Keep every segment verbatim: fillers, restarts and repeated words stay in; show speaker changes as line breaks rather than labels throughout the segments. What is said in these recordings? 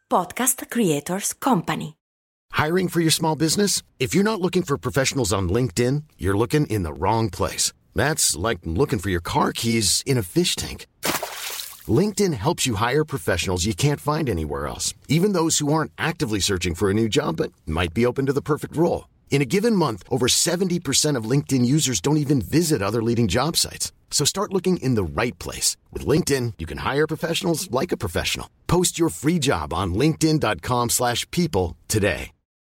Podcast Creators Company.
Hiring for your small business? If you're not looking for professionals on LinkedIn, you're looking in the wrong place. That's like looking for your car keys in a fish tank. LinkedIn helps you hire professionals you can't find anywhere else, even those who aren't actively searching for a new job but might be open to the perfect role. In a given month, over seventy percent of LinkedIn users don't even visit other leading job sites. So start looking in the right place. With LinkedIn, you can hire professionals like a professional. Post your free job on linkedin.com slash people today.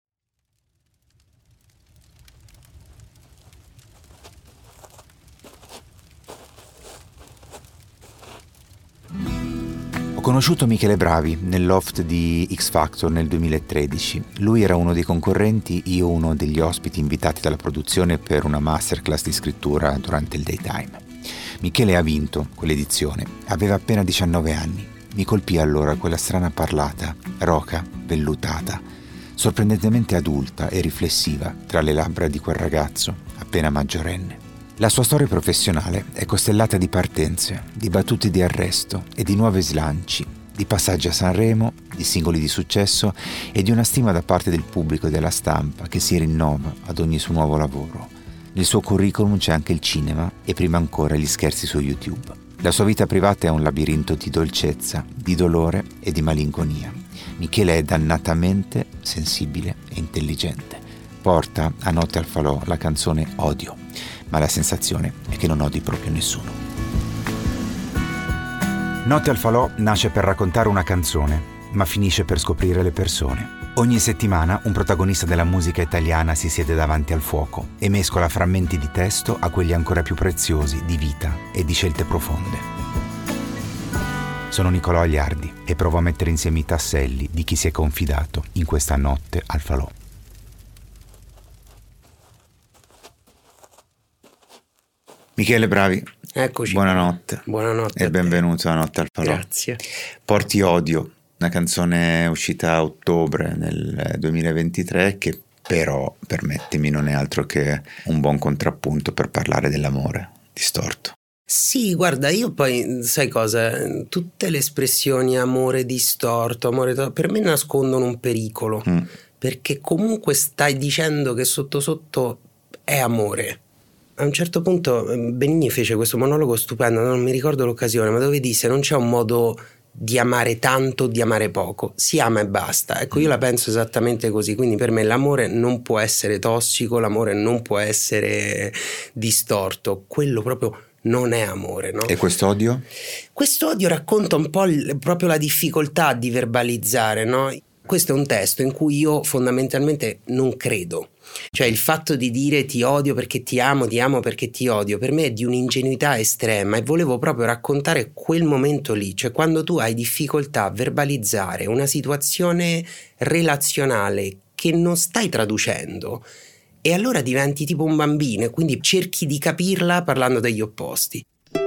Ho conosciuto Michele Bravi nel loft di X Factor nel duemilatredici. Lui era uno dei concorrenti, io uno degli ospiti invitati dalla produzione per una masterclass di scrittura durante il daytime. Michele ha vinto quell'edizione, aveva appena diciannove anni. Mi colpì allora quella strana parlata, roca, vellutata, sorprendentemente adulta e riflessiva tra le labbra di quel ragazzo appena maggiorenne. La sua storia professionale è costellata di partenze, di battute di arresto e di nuovi slanci, di passaggi a Sanremo, di singoli di successo e di una stima da parte del pubblico e della stampa che si rinnova ad ogni suo nuovo lavoro. Nel suo curriculum c'è anche il cinema e prima ancora gli scherzi su YouTube. La sua vita privata è un labirinto di dolcezza, di dolore e di malinconia. Michele è dannatamente sensibile e intelligente. Porta a Notte al Falò la canzone Odio, ma la sensazione è che non odi proprio nessuno. Notte al Falò nasce per raccontare una canzone, ma finisce per scoprire le persone. Ogni settimana un protagonista della musica italiana si siede davanti al fuoco e mescola frammenti di testo a quelli ancora più preziosi di vita e di scelte profonde. Sono Nicolò Agliardi e provo a mettere insieme i tasselli di chi si è confidato in questa Notte al Falò. Michele Bravi,
eccoci.
Buonanotte.
Buonanotte.
E benvenuto a Notte al Falò.
Grazie.
Porti Odio, una canzone uscita a ottobre nel duemilaventitré che però, permettimi, non è altro che un buon contrappunto per parlare dell'amore distorto.
Sì, guarda, io poi, sai cosa, tutte le espressioni amore distorto, amore per me nascondono un pericolo, mm. perché comunque stai dicendo che sotto sotto è amore. A un certo punto Benigni fece questo monologo stupendo, non mi ricordo l'occasione, ma dove disse: non c'è un modo di amare tanto o di amare poco, si ama e basta. Ecco, io la penso esattamente così, quindi per me l'amore non può essere tossico, l'amore non può essere distorto, quello proprio non è amore, no?
E quest'odio?
Quest'odio racconta un po' il, proprio la difficoltà di verbalizzare, no? Questo è un testo in cui io fondamentalmente non credo. Cioè il fatto di dire ti odio perché ti amo, ti amo perché ti odio, per me è di un'ingenuità estrema, e volevo proprio raccontare quel momento lì, cioè quando tu hai difficoltà a verbalizzare una situazione relazionale che non stai traducendo, e allora diventi tipo un bambino e quindi cerchi di capirla parlando degli opposti.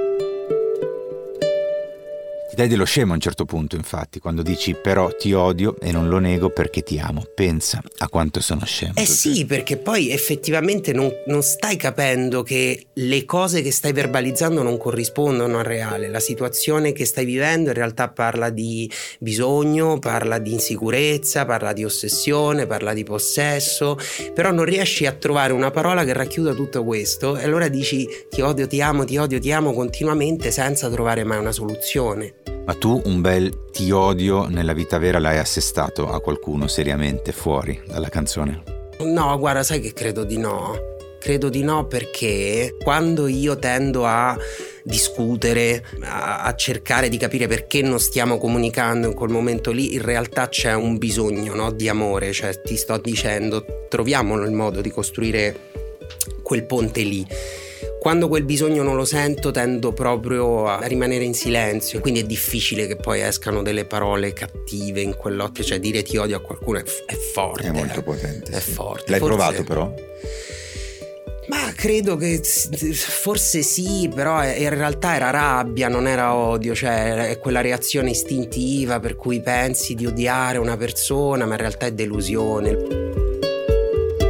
Ti dai dello scemo a un certo punto, infatti, quando dici però ti odio e non lo nego perché ti amo. Pensa a quanto sono scemo.
Eh sì, perché poi effettivamente non, non stai capendo che le cose che stai verbalizzando non corrispondono al reale. La situazione che stai vivendo in realtà parla di bisogno, parla di insicurezza, parla di ossessione, parla di possesso, però non riesci a trovare una parola che racchiuda tutto questo, e allora dici ti odio, ti amo, ti odio, ti amo continuamente senza trovare mai una soluzione.
Ma tu un bel ti odio nella vita vera l'hai assestato a qualcuno seriamente fuori dalla canzone?
No, guarda, sai che credo di no. Credo di no perché quando io tendo a discutere, a, a cercare di capire perché non stiamo comunicando in quel momento lì, in realtà c'è un bisogno, no, di amore. Cioè ti sto dicendo, troviamo il modo di costruire quel ponte lì. Quando quel bisogno non lo sento tendo proprio a rimanere in silenzio, quindi è difficile che poi escano delle parole cattive in quell'ottica, cioè dire ti odio a qualcuno è, è forte.
È molto
eh.
potente.
È
sì.
forte.
L'hai
forse...
provato però?
Ma credo che forse sì, però in realtà era rabbia, non era odio, cioè è quella reazione istintiva per cui pensi di odiare una persona, ma in realtà è delusione.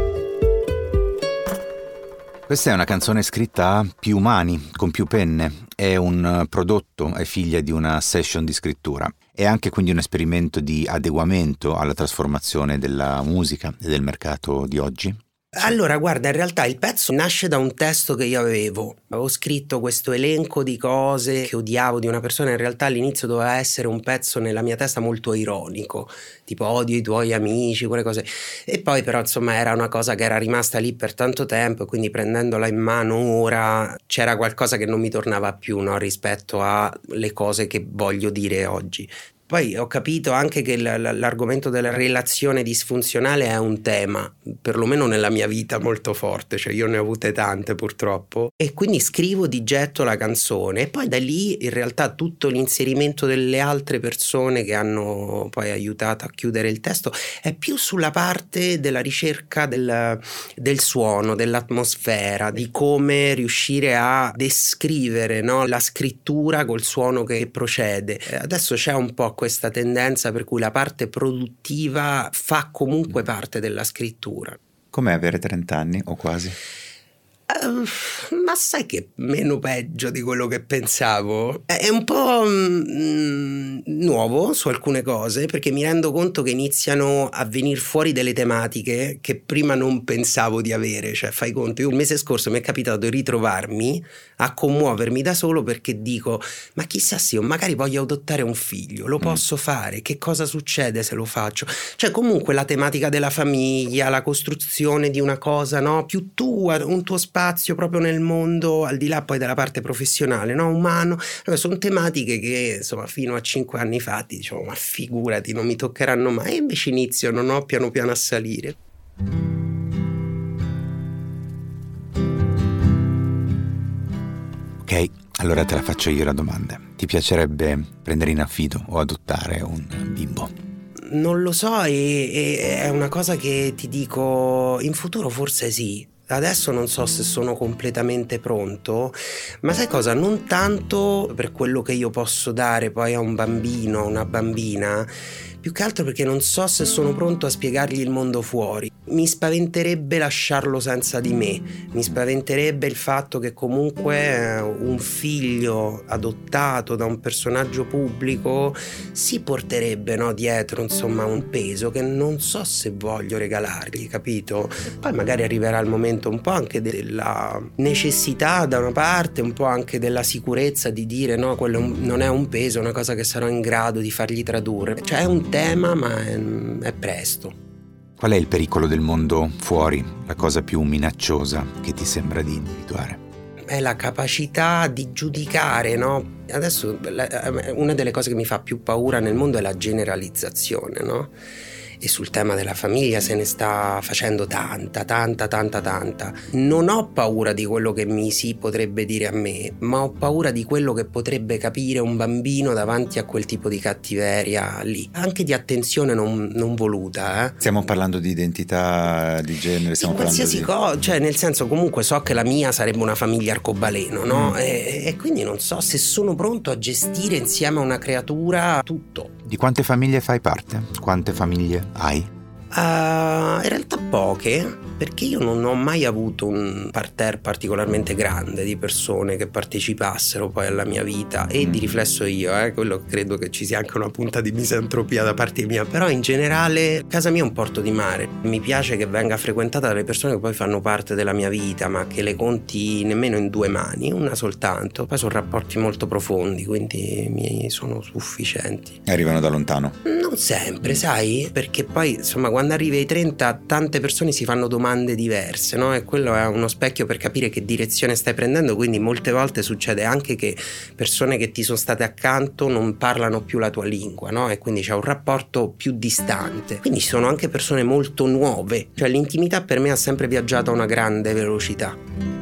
Questa è una canzone scritta a più mani, con più penne. è un prodotto, è figlia di una session di scrittura. È anche quindi un esperimento di adeguamento alla trasformazione della musica e del mercato di oggi?
Allora, guarda, in realtà il pezzo nasce da un testo che io avevo. Avevo scritto questo elenco di cose che odiavo di una persona. In realtà all'inizio doveva essere un pezzo nella mia testa molto ironico, tipo odio i tuoi amici, quelle cose. E poi però insomma era una cosa che era rimasta lì per tanto tempo, e quindi prendendola in mano ora c'era qualcosa che non mi tornava più, no? Rispetto alle cose che voglio dire oggi. Poi ho capito anche che l'argomento della relazione disfunzionale è un tema, perlomeno nella mia vita, molto forte, cioè io ne ho avute tante purtroppo, e quindi scrivo di getto la canzone, e poi da lì in realtà tutto l'inserimento delle altre persone che hanno poi aiutato a chiudere il testo è più sulla parte della ricerca del, del suono, dell'atmosfera, di come riuscire a descrivere, no, la scrittura col suono che procede. Adesso c'è un po' questa tendenza per cui la parte produttiva fa comunque parte della scrittura.
Com'è avere trenta anni o quasi?
Uh, ma sai che meno peggio di quello che pensavo? È un po' mm, nuovo su alcune cose, perché mi rendo conto che iniziano a venire fuori delle tematiche che prima non pensavo di avere. Cioè, fai conto, io il mese scorso mi è capitato di ritrovarmi a commuovermi da solo perché dico: ma chissà se io magari voglio adottare un figlio, lo posso mm. fare? Che cosa succede se lo faccio? Cioè, comunque la tematica della famiglia, la costruzione di una cosa, no, più tua, un tuo spazio spazio proprio nel mondo, al di là poi della parte professionale, no, umano. Allora, sono tematiche che insomma fino a cinque anni fa ti dicevo: ma figurati, non mi toccheranno mai, e invece iniziano, no, piano piano a salire.
Ok, allora te la faccio io la domanda. Ti piacerebbe prendere in affido o adottare un bimbo?
Non lo so, e, e è una cosa che ti dico, in futuro forse sì. Adesso non so se sono completamente pronto, ma sai cosa? Non tanto per quello che io posso dare poi a un bambino, a una bambina, più che altro perché non so se sono pronto a spiegargli il mondo fuori. Mi spaventerebbe lasciarlo senza di me, mi spaventerebbe il fatto che comunque un figlio adottato da un personaggio pubblico si porterebbe, no, dietro insomma un peso che non so se voglio regalargli, capito? Poi magari arriverà il momento un po' anche della necessità da una parte, un po' anche della sicurezza di dire: no, quello non è un peso, è una cosa che sarò in grado di fargli tradurre. Cioè è un tema, ma è, è presto.
Qual è il pericolo del mondo fuori, la cosa più minacciosa che ti sembra di individuare?
È la capacità di giudicare, no? Adesso una delle cose che mi fa più paura nel mondo è la generalizzazione, no? E sul tema della famiglia se ne sta facendo tanta, tanta, tanta, tanta. Non ho paura di quello che mi si potrebbe dire a me, ma ho paura di quello che potrebbe capire un bambino davanti a quel tipo di cattiveria lì. Anche di attenzione non, non voluta. Eh.
Stiamo parlando di identità di genere, stiamo
di qualsiasi
parlando di...
cosa, cioè nel senso, comunque so che la mia sarebbe una famiglia arcobaleno, no? Mm. E, e quindi non so se sono pronto a gestire insieme a una creatura tutto.
Di quante famiglie fai parte? Quante famiglie hai?
Uh, in realtà poche, perché io non ho mai avuto un parterre particolarmente grande di persone che partecipassero poi alla mia vita, e di riflesso io, eh, quello credo che ci sia anche una punta di misantropia da parte mia, però in generale casa mia è un porto di mare, mi piace che venga frequentata dalle persone che poi fanno parte della mia vita, ma che le conti nemmeno in due mani, una soltanto. Poi sono rapporti molto profondi, quindi mi sono sufficienti.
Arrivano da lontano?
Non sempre, sai, perché poi insomma quando arrivi ai trenta tante persone si fanno domande diverse, no? E quello è uno specchio per capire che direzione stai prendendo, quindi molte volte succede anche che persone che ti sono state accanto non parlano più la tua lingua, no? E quindi c'è un rapporto più distante. Quindi ci sono anche persone molto nuove, cioè l'intimità per me ha sempre viaggiato a una grande velocità.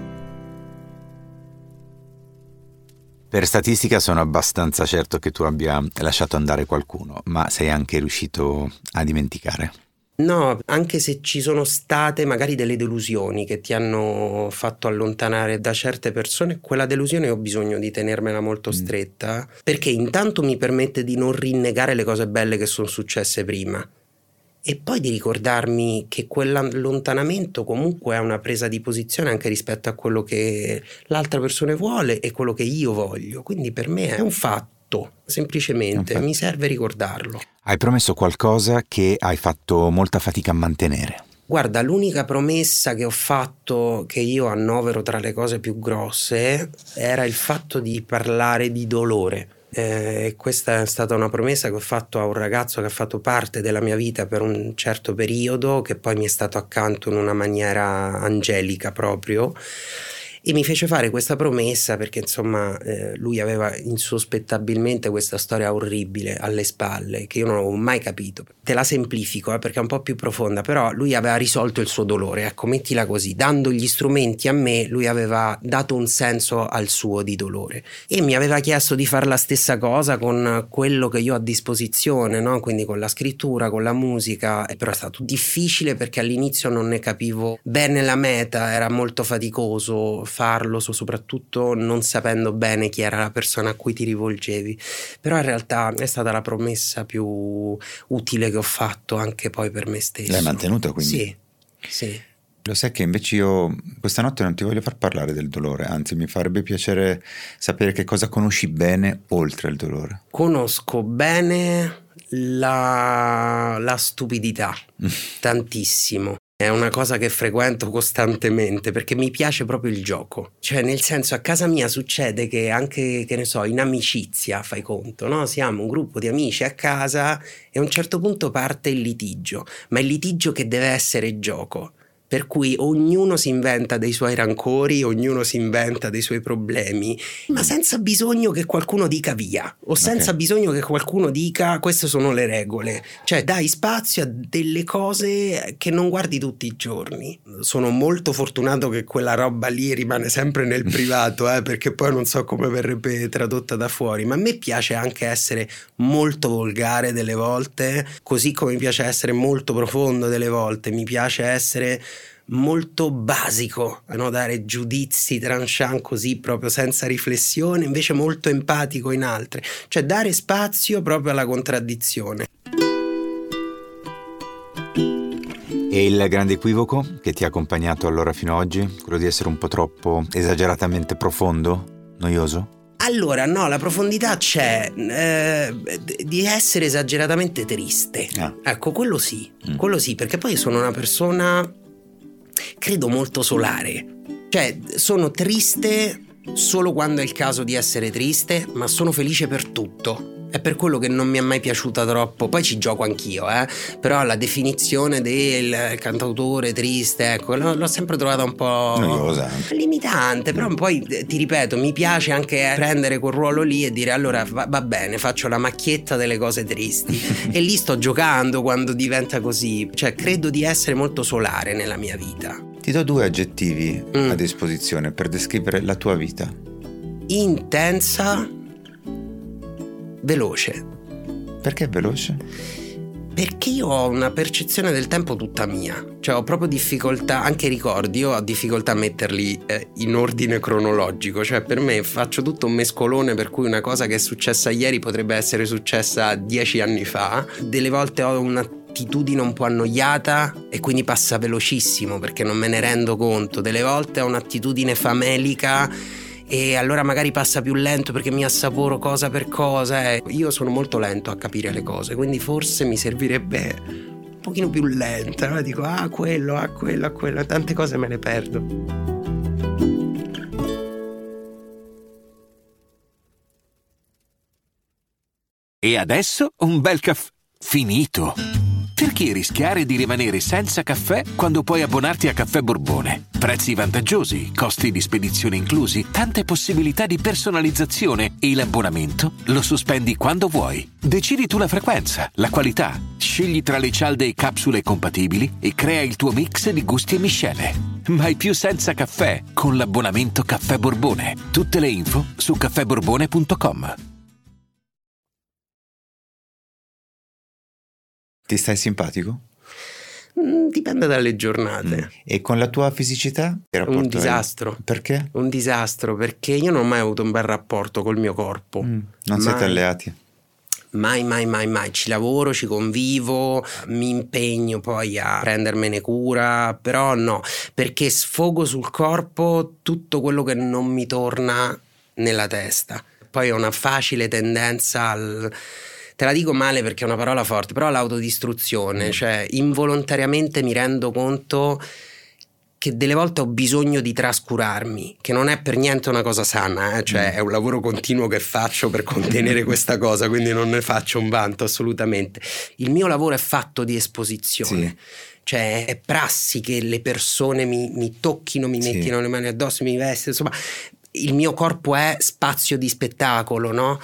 Per statistica sono abbastanza certo che tu abbia lasciato andare qualcuno, ma sei anche riuscito a dimenticare?
No, anche se ci sono state magari delle delusioni che ti hanno fatto allontanare da certe persone, quella delusione ho bisogno di tenermela molto stretta, mm. perché intanto mi permette di non rinnegare le cose belle che sono successe prima, e poi di ricordarmi che quell'allontanamento comunque è una presa di posizione anche rispetto a quello che l'altra persona vuole e quello che io voglio. Quindi per me è un fatto, semplicemente mi serve ricordarlo.
Hai promesso qualcosa che hai fatto molta fatica a mantenere.
Guarda, l'unica promessa che ho fatto, che io annovero tra le cose più grosse, era il fatto di parlare di dolore. Eh, questa è stata una promessa che ho fatto a un ragazzo che ha fatto parte della mia vita per un certo periodo, che poi mi è stato accanto in una maniera angelica proprio, e mi fece fare questa promessa perché insomma eh, lui aveva insospettabilmente questa storia orribile alle spalle che io non avevo mai capito. Te la semplifico eh, perché è un po' più profonda, però lui aveva risolto il suo dolore, ecco, mettila così, dando gli strumenti a me lui aveva dato un senso al suo di dolore e mi aveva chiesto di fare la stessa cosa con quello che io ho a disposizione, no? Quindi con la scrittura, con la musica, però è stato difficile perché all'inizio non ne capivo bene la meta, era molto faticoso farlo, soprattutto non sapendo bene chi era la persona a cui ti rivolgevi, però in realtà è stata la promessa più utile che ho fatto anche poi per me stesso.
L'hai mantenuta quindi?
Sì, sì.
Lo sai che invece io questa notte non ti voglio far parlare del dolore, anzi mi farebbe piacere sapere che cosa conosci bene oltre il dolore.
Conosco bene la, la stupidità, tantissimo. È una cosa che frequento costantemente perché mi piace proprio il gioco. Cioè, nel senso, a casa mia succede che anche, che ne so, in amicizia, fai conto, no? Siamo un gruppo di amici a casa e a un certo punto parte il litigio, ma il litigio che deve essere gioco. Per cui ognuno si inventa dei suoi rancori, ognuno si inventa dei suoi problemi, ma senza bisogno che qualcuno dica via, o senza okay. bisogno che qualcuno dica queste sono le regole. Cioè dai spazio a delle cose che non guardi tutti i giorni. Sono molto fortunato che quella roba lì rimane sempre nel privato, eh, perché poi non so come verrebbe tradotta da fuori, ma a me piace anche essere molto volgare delle volte, così come mi piace essere molto profondo delle volte, mi piace essere molto basico, no? Dare giudizi tranchant così proprio senza riflessione, invece molto empatico in altre, cioè dare spazio proprio alla contraddizione.
E il grande equivoco che ti ha accompagnato allora fino ad oggi? Quello di essere un po' troppo esageratamente profondo? Noioso?
Allora, no, la profondità c'è, eh, di essere esageratamente triste. Ah. Ecco, quello sì, mm. quello sì, perché poi sono una persona, credo, molto solare. Cioè, sono triste solo quando è il caso di essere triste, ma sono felice per tutto. È per quello che non mi è mai piaciuta troppo. Poi ci gioco anch'io, eh. Però la definizione del cantautore triste, ecco, l'ho sempre trovata un po'
noiosa,
limitante. Però poi ti ripeto, mi piace anche prendere quel ruolo lì e dire allora va, va bene, faccio la macchietta delle cose tristi e lì sto giocando quando diventa così. Cioè, credo di essere molto solare nella mia vita.
Ti do due aggettivi mm. a disposizione per descrivere la tua vita.
Intensa, veloce.
Perché veloce?
Perché io ho una percezione del tempo tutta mia. Cioè ho proprio difficoltà, anche i ricordi, io ho difficoltà a metterli eh, in ordine cronologico. Cioè per me faccio tutto un mescolone, per cui una cosa che è successa ieri potrebbe essere successa dieci anni fa. Delle volte ho una attitudine un po' annoiata e quindi passa velocissimo perché non me ne rendo conto. Delle volte ho un'attitudine famelica e allora magari passa più lento perché mi assaporo cosa per cosa. Eh. Io sono molto lento a capire le cose, quindi forse mi servirebbe un pochino più lenta, no? Dico ah quello, ah quello, ah quello, tante cose me le perdo.
E adesso un bel caffè finito. Perché rischiare di rimanere senza caffè quando puoi abbonarti a Caffè Borbone? Prezzi vantaggiosi, costi di spedizione inclusi, tante possibilità di personalizzazione e l'abbonamento lo sospendi quando vuoi. Decidi tu la frequenza, la qualità, scegli tra le cialde e capsule compatibili e crea il tuo mix di gusti e miscele. Mai più senza caffè con l'abbonamento Caffè Borbone. Tutte le info su caffè borbone punto com.
Ti stai simpatico?
Mm, dipende dalle giornate.
Mm. E con la tua fisicità?
Un disastro.
Hai? Perché?
Un disastro perché io non ho mai avuto un bel rapporto col mio corpo.
Mm. Non ma... siete alleati?
mai mai mai mai. Ci lavoro, ci convivo, mi impegno poi a prendermene cura, però no, perché sfogo sul corpo tutto quello che non mi torna nella testa. Poi ho una facile tendenza al, te la dico male perché è una parola forte, però l'autodistruzione, cioè involontariamente mi rendo conto che delle volte ho bisogno di trascurarmi, che non è per niente una cosa sana, eh? Cioè è un lavoro continuo che faccio per contenere questa cosa, quindi non ne faccio un vanto assolutamente. Il mio lavoro è fatto di esposizione. Sì. Cioè è prassi che le persone mi, mi tocchino, mi sì. mettino le mani addosso, mi vestino, insomma il mio corpo è spazio di spettacolo, no?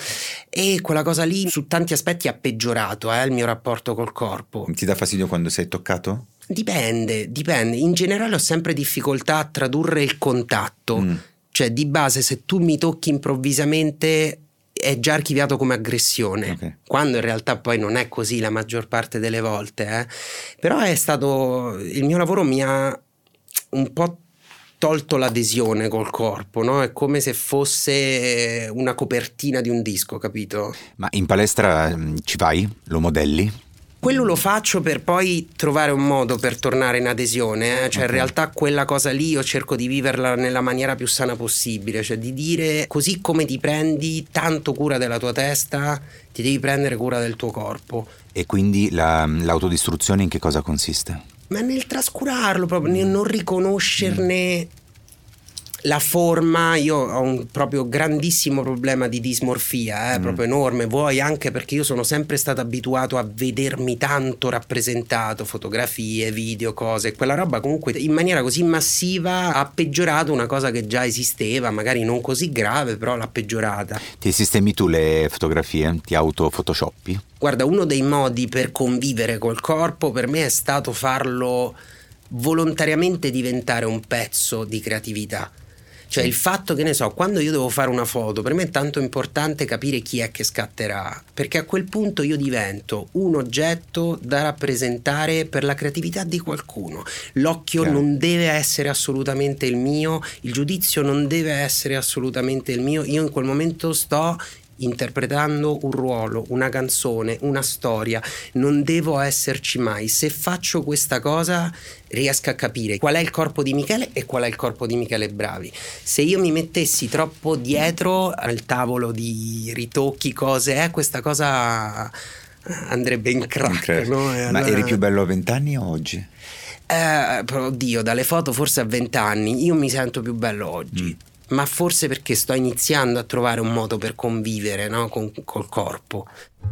E quella cosa lì su tanti aspetti ha peggiorato eh, il mio rapporto col corpo.
Ti dà fastidio quando sei toccato?
Dipende, dipende. In generale ho sempre difficoltà a tradurre il contatto. Mm. Cioè di base se tu mi tocchi improvvisamente è già archiviato come aggressione, okay. Quando in realtà poi non è così la maggior parte delle volte. Eh. Però è stato... il mio lavoro mi ha un po' tolto l'adesione col corpo, no? È come se fosse una copertina di un disco, capito?
Ma in palestra ci vai? Lo modelli?
Quello lo faccio per poi trovare un modo per tornare in adesione, eh? Cioè okay. In realtà quella cosa lì io cerco di viverla nella maniera più sana possibile, cioè di dire così come ti prendi tanto cura della tua testa, ti devi prendere cura del tuo corpo.
E quindi la, l'autodistruzione in che cosa consiste?
Ma nel trascurarlo proprio, nel non riconoscerne mm. la forma. Io ho un proprio grandissimo problema di dismorfia, eh, mm. proprio enorme. Vuoi anche perché io sono sempre stato abituato a vedermi tanto rappresentato, fotografie, video, cose. Quella roba comunque in maniera così massiva ha peggiorato una cosa che già esisteva, magari non così grave, però l'ha peggiorata.
Ti sistemi tu le fotografie? Ti auto-photoshoppi?
Guarda, uno dei modi per convivere col corpo per me è stato farlo volontariamente diventare un pezzo di creatività. Cioè il fatto che ne so, quando io devo fare una foto, per me è tanto importante capire chi è che scatterà, perché a quel punto io divento un oggetto da rappresentare per la creatività di qualcuno. L'occhio yeah. non deve essere assolutamente il mio, il giudizio non deve essere assolutamente il mio, io in quel momento sto interpretando un ruolo, una canzone, una storia, non devo esserci mai. Se faccio questa cosa riesco a capire qual è il corpo di Michele e qual è il corpo di Michele Bravi. Se io mi mettessi troppo dietro al tavolo di ritocchi, cose, eh, questa cosa andrebbe in crack, no? E
Ma
allora...
eri più bello a vent'anni o oggi?
Eh, oddio, dalle foto forse a vent'anni io mi sento più bello oggi. Mm. Ma forse perché sto iniziando a trovare un modo per convivere, no? Con, col corpo.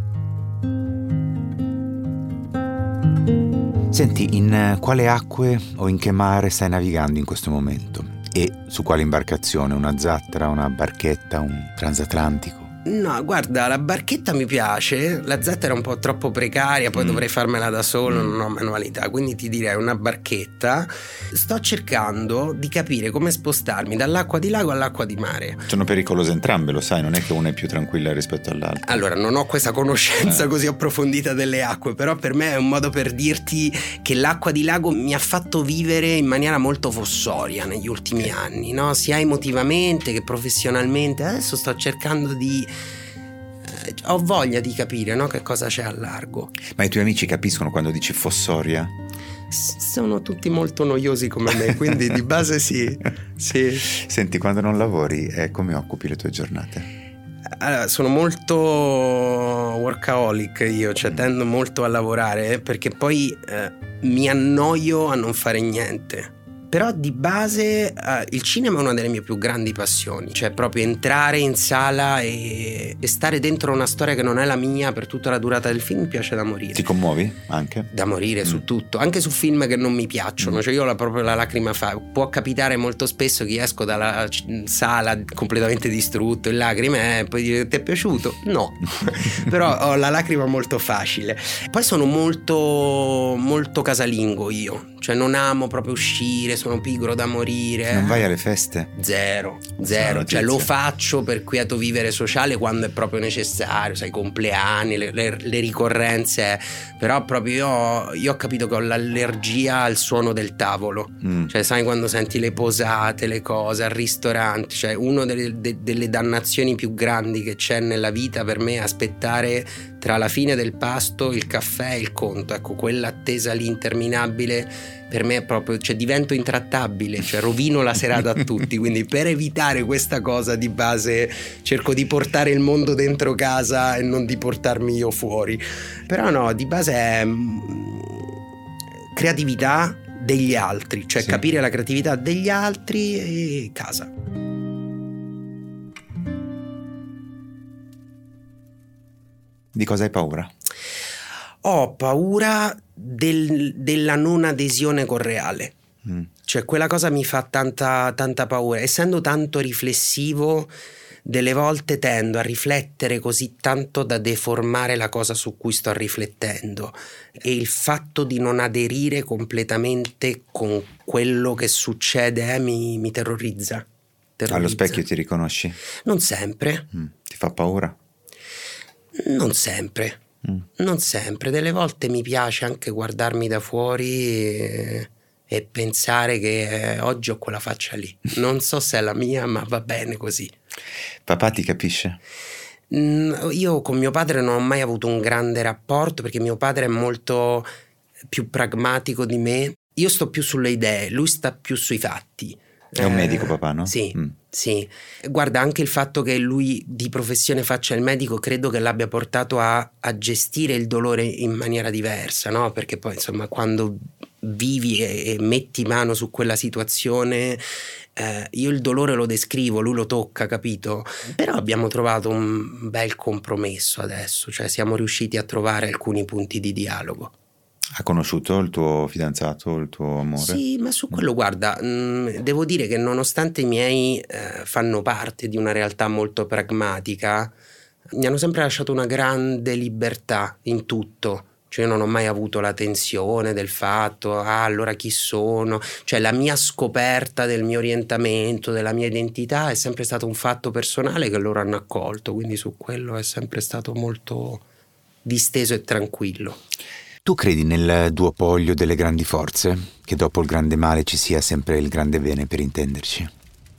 Senti, in quale acque o in che mare stai navigando in questo momento? E su quale imbarcazione? Una zattera, una barchetta, un transatlantico?
No, guarda, la barchetta mi piace, la zattera è un po' troppo precaria, poi mm. dovrei farmela da solo, mm. non ho manualità, quindi ti direi una barchetta. Sto cercando di capire come spostarmi dall'acqua di lago all'acqua di mare.
Sono pericolose entrambe, lo sai, non è che una è più tranquilla rispetto all'altra.
Allora, non ho questa conoscenza eh. così approfondita delle acque, però per me è un modo per dirti che l'acqua di lago mi ha fatto vivere in maniera molto fossoria negli ultimi okay. anni, no? Sia emotivamente che professionalmente. Adesso sto cercando di ho voglia di capire, no, che cosa c'è al largo.
Ma i tuoi amici capiscono quando dici fossoria?
S- sono tutti molto noiosi come me, quindi di base sì, sì.
Senti, quando non lavori, eh, come occupi le tue giornate?
Allora, sono molto workaholic io, cioè mm. tendo molto a lavorare eh, perché poi eh, mi annoio a non fare niente. Però di base uh, il cinema è una delle mie più grandi passioni, cioè proprio entrare in sala e, e stare dentro una storia che non è la mia per tutta la durata del film mi piace da morire.
Ti commuovi anche?
Da morire mm. su tutto, anche su film che non mi piacciono, mm. cioè io ho la, proprio la lacrima fa. Può capitare molto spesso che esco dalla sala completamente distrutto in lacrime e poi dire ti è piaciuto? No, però ho la lacrima molto facile. Poi sono molto molto casalingo io. cioè non amo proprio uscire, sono pigro da morire.
Non vai alle feste?
Zero, zero, cioè lo faccio per quieto vivere sociale quando è proprio necessario, sai, i compleanni, le, le, le ricorrenze, però proprio io, io ho capito che ho l'allergia al suono del tavolo, mm. cioè sai quando senti le posate, le cose al ristorante, cioè una delle, de, delle dannazioni più grandi che c'è nella vita per me è aspettare tra la fine del pasto, il caffè e il conto, ecco, quell'attesa lì interminabile per me è proprio, cioè divento intrattabile, cioè rovino la serata a tutti, quindi per evitare questa cosa di base cerco di portare il mondo dentro casa e non di portarmi io fuori, però no, di base è creatività degli altri, cioè sì. capire la creatività degli altri e casa.
Di cosa hai paura?
Ho paura del, della non adesione col reale. Mm. Cioè quella cosa mi fa tanta, tanta paura. Essendo tanto riflessivo, delle volte tendo a riflettere così tanto da deformare la cosa su cui sto riflettendo. E il fatto di non aderire completamente con quello che succede eh, mi, mi terrorizza. terrorizza.
Allo specchio ti riconosci?
Non sempre.
Mm. Ti fa paura?
Non sempre. Mm. Non sempre, delle volte mi piace anche guardarmi da fuori e, e pensare che eh, oggi ho quella faccia lì. Non so se è la mia, ma va bene così.
Papà ti capisce?
Mm, io con mio padre non ho mai avuto un grande rapporto perché mio padre è molto più pragmatico di me. Io sto più sulle idee, lui sta più sui fatti.
È un medico papà, no?
Sì,
mm.
sì. Guarda, anche il fatto che lui di professione faccia il medico credo che l'abbia portato a, a gestire il dolore in maniera diversa, no? Perché poi insomma quando vivi e, e metti mano su quella situazione eh, io il dolore lo descrivo, lui lo tocca, capito? Però abbiamo trovato un bel compromesso adesso, cioè siamo riusciti a trovare alcuni punti di dialogo.
Ha conosciuto il tuo fidanzato, il tuo amore?
Sì, ma su quello guarda, mh, devo dire che nonostante i miei eh, fanno parte di una realtà molto pragmatica, mi hanno sempre lasciato una grande libertà in tutto. Cioè io non ho mai avuto la tensione del fatto, ah allora chi sono? Cioè la mia scoperta del mio orientamento, della mia identità è sempre stato un fatto personale che loro hanno accolto, quindi su quello è sempre stato molto disteso e tranquillo.
Tu credi nel duopolio delle grandi forze? Che dopo il grande male ci sia sempre il grande bene, per intenderci?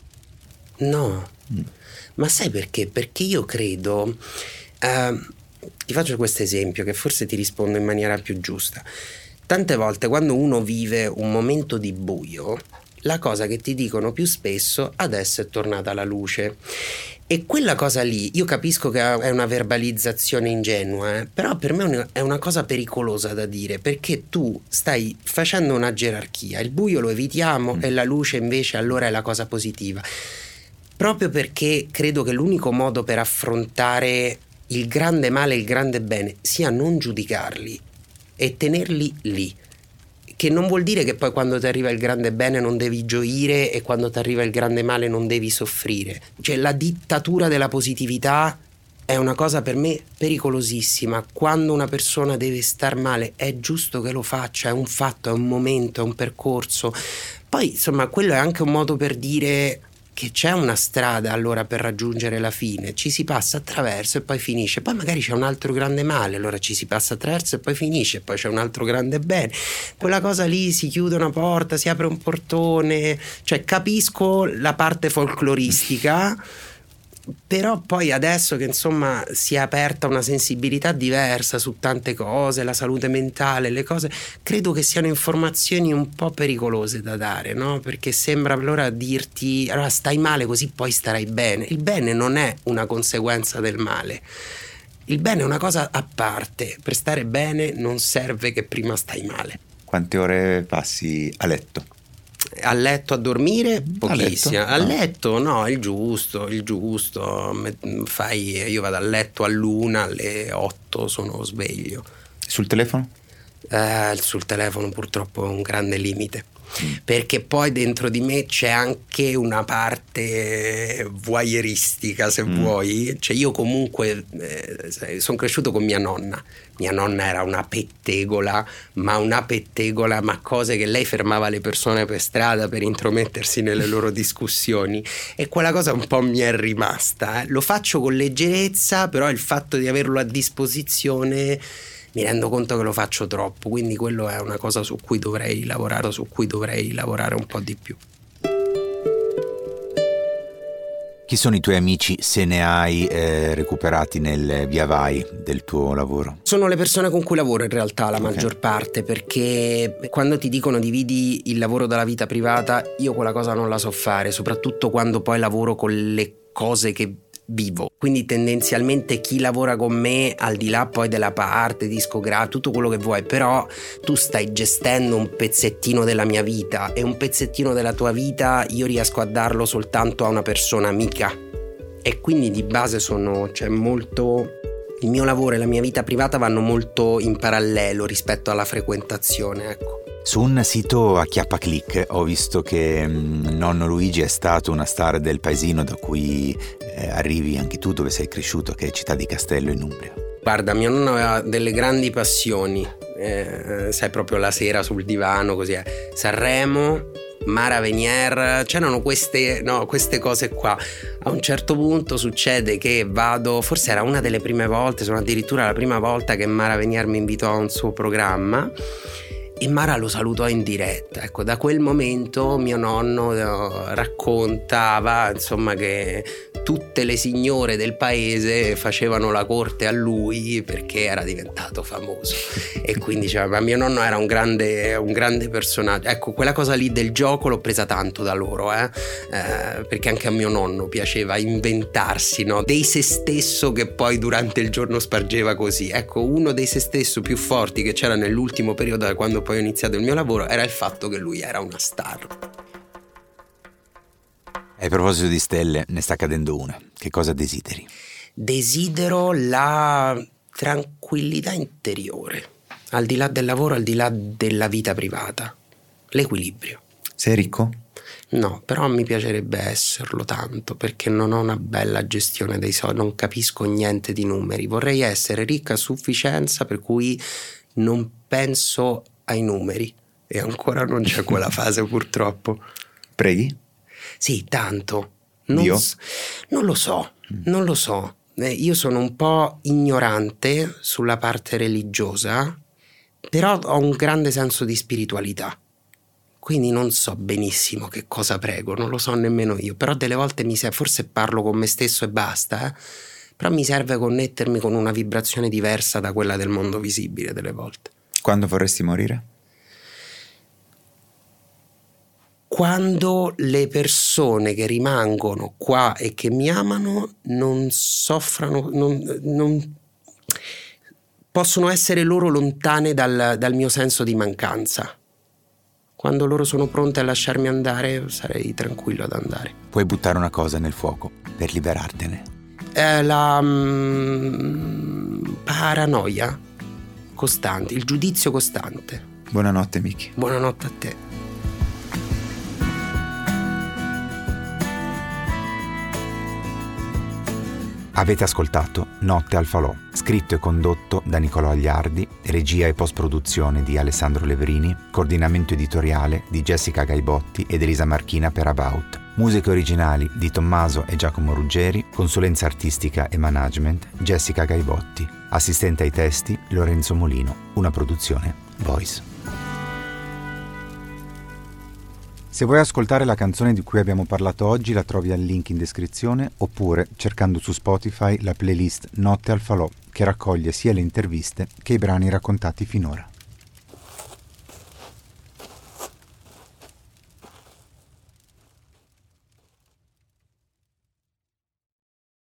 No, mm. ma sai perché? Perché io credo, eh, ti faccio questo esempio che forse ti rispondo in maniera più giusta. Tante volte quando uno vive un momento di buio, la cosa che ti dicono più spesso, adesso è tornata la luce. E quella cosa lì, io capisco che è una verbalizzazione ingenua, eh, però per me è una cosa pericolosa da dire, perché tu stai facendo una gerarchia, il buio lo evitiamo mm. e la luce invece allora è la cosa positiva. Proprio perché credo che l'unico modo per affrontare il grande male e il grande bene sia non giudicarli e tenerli lì. Che non vuol dire che poi quando ti arriva il grande bene non devi gioire e quando ti arriva il grande male non devi soffrire. Cioè la dittatura della positività è una cosa per me pericolosissima. Quando una persona deve star male è giusto che lo faccia, è un fatto, è un momento, è un percorso. Poi insomma quello è anche un modo per dire che c'è una strada allora per raggiungere la fine, ci si passa attraverso e poi finisce, poi magari c'è un altro grande male, allora ci si passa attraverso e poi finisce, poi c'è un altro grande bene, quella cosa lì si chiude una porta, si apre un portone, cioè capisco la parte folcloristica, però poi adesso che insomma si è aperta una sensibilità diversa su tante cose, la salute mentale, le cose, credo che siano informazioni un po' pericolose da dare, no? Perché sembra allora dirti allora stai male così poi starai bene. Il bene non è una conseguenza del male, il bene è una cosa a parte, per stare bene non serve che prima stai male.
Quante ore passi a letto?
A letto a dormire pochissimo, a letto,
a
letto no, il giusto, il giusto, fai, io vado a letto all'una, alle otto sono sveglio.
Sul telefono?
Eh, sul telefono purtroppo è un grande limite. perché poi dentro di me c'è anche una parte voyeuristica, se mm. vuoi. Cioè io comunque eh, sono cresciuto con mia nonna. Mia nonna era una pettegola, ma una pettegola, ma cose che lei fermava le persone per strada per intromettersi nelle loro discussioni, e quella cosa un po' mi è rimasta. Eh. Lo faccio con leggerezza, però il fatto di averlo a disposizione mi rendo conto che lo faccio troppo, quindi quello è una cosa su cui dovrei lavorare, su cui dovrei lavorare un po' di più.
Chi sono i tuoi amici, se ne hai eh, recuperati nel via vai del tuo lavoro?
Sono le persone con cui lavoro in realtà la okay. maggior parte, perché quando ti dicono dividi il lavoro dalla vita privata, io quella cosa non la so fare, soprattutto quando poi lavoro con le cose che vivo. Quindi tendenzialmente chi lavora con me, al di là poi della parte discografica, tutto quello che vuoi, però tu stai gestendo un pezzettino della mia vita, e un pezzettino della tua vita io riesco a darlo soltanto a una persona amica, e quindi di base sono, cioè molto, il mio lavoro e la mia vita privata vanno molto in parallelo rispetto alla frequentazione, ecco.
Su un sito a chiappaclic ho visto che mh, nonno Luigi è stato una star del paesino da cui eh, arrivi anche tu, dove sei cresciuto, che è Città di Castello in Umbria.
Guarda, mio nonno aveva delle grandi passioni, eh, sai, proprio la sera sul divano, così è. Sanremo, Mara Venier, c'erano queste, no, queste cose qua. A un certo punto succede che vado, forse era una delle prime volte, sono addirittura la prima volta che Mara Venier mi invitò a un suo programma, e Mara lo salutò in diretta. Ecco, da quel momento mio nonno raccontava, insomma, che tutte le signore del paese facevano la corte a lui perché era diventato famoso, e quindi diceva, ma mio nonno era un grande, un grande personaggio. Ecco, quella cosa lì del gioco l'ho presa tanto da loro, eh? Eh, perché anche a mio nonno piaceva inventarsi, no? Dei se stesso che poi durante il giorno spargeva così. Ecco, uno dei se stesso più forti che c'era nell'ultimo periodo, da quando poi ho iniziato il mio lavoro, era il fatto che lui era una star.
E a proposito di stelle, ne sta cadendo una. Che cosa desideri?
Desidero la tranquillità interiore, al di là del lavoro, al di là della vita privata, l'equilibrio.
Sei ricco?
No, però mi piacerebbe esserlo tanto, perché non ho una bella gestione dei soldi, non capisco niente di numeri. Vorrei essere ricca a sufficienza per cui non penso ai numeri, e ancora non c'è quella fase, purtroppo.
Preghi?
Sì, tanto. Non,
Dio?
S- non lo so, non lo so. Eh, io sono un po' ignorante sulla parte religiosa, però ho un grande senso di spiritualità. Quindi non so benissimo che cosa prego, non lo so nemmeno io. Però delle volte mi serve, forse parlo con me stesso e basta, eh? Però mi serve connettermi con una vibrazione diversa da quella del mondo visibile delle volte.
Quando vorresti morire?
Quando le persone che rimangono qua e che mi amano non soffrano, non, non possono essere loro lontane dal, dal mio senso di mancanza. Quando loro sono pronte a lasciarmi andare, sarei tranquillo ad andare.
Puoi buttare una cosa nel fuoco per liberartene?
È la mm, paranoia costante, il giudizio costante.
Buonanotte, Miki.
Buonanotte a te.
Avete ascoltato Notte al Falò, scritto e condotto da Nicolò Agliardi, regia e post-produzione di Alessandro Levrini, coordinamento editoriale di Jessica Gaibotti ed Elisa Marchina per About, musiche originali di Tommaso e Giacomo Ruggeri, consulenza artistica e management Jessica Gaibotti, assistente ai testi Lorenzo Molino, una produzione Voice. Se vuoi ascoltare la canzone di cui abbiamo parlato oggi, la trovi al link in descrizione, oppure cercando su Spotify la playlist Notte al Falò, che raccoglie sia le interviste che i brani raccontati finora.